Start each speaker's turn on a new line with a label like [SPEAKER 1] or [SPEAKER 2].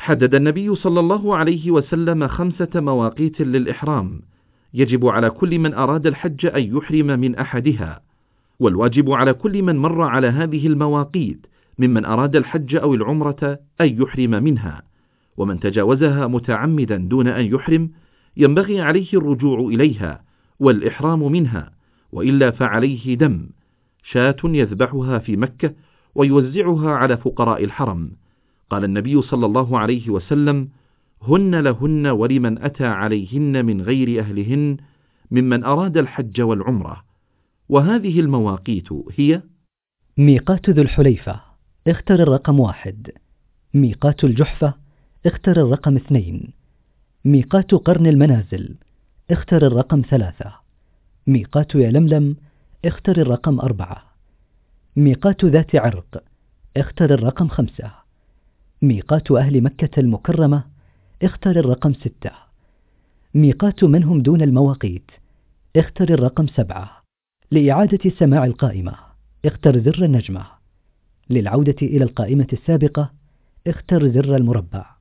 [SPEAKER 1] حدد النبي صلى الله عليه وسلم 5 مواقيت للإحرام، يجب على كل من أراد الحج أن يحرم من أحدها، والواجب على كل من مر على هذه المواقيت ممن أراد الحج أو العمرة أن يحرم منها، ومن تجاوزها متعمدا دون أن يحرم ينبغي عليه الرجوع إليها والإحرام منها، وإلا فعليه دم شاة يذبحها في مكة ويوزعها على فقراء الحرم. قال النبي صلى الله عليه وسلم: هن لهن ولمن أتى عليهن من غير أهلهن ممن أراد الحج والعمرة. وهذه المواقيت هي:
[SPEAKER 2] ميقات ذو الحليفة، اختر الرقم 1. ميقات الجحفة، اختر الرقم 2. ميقات قرن المنازل، اختر الرقم 3. ميقات يلملم، اختر الرقم 4. ميقات ذات عرق، اختر الرقم 5. ميقات أهل مكة المكرمة، اختر الرقم 6. ميقات من هم دون المواقيت، اختر الرقم 7. لإعادة سماع القائمة، اختر زر النجمة. للعودة إلى القائمة السابقة، اختر زر المربع.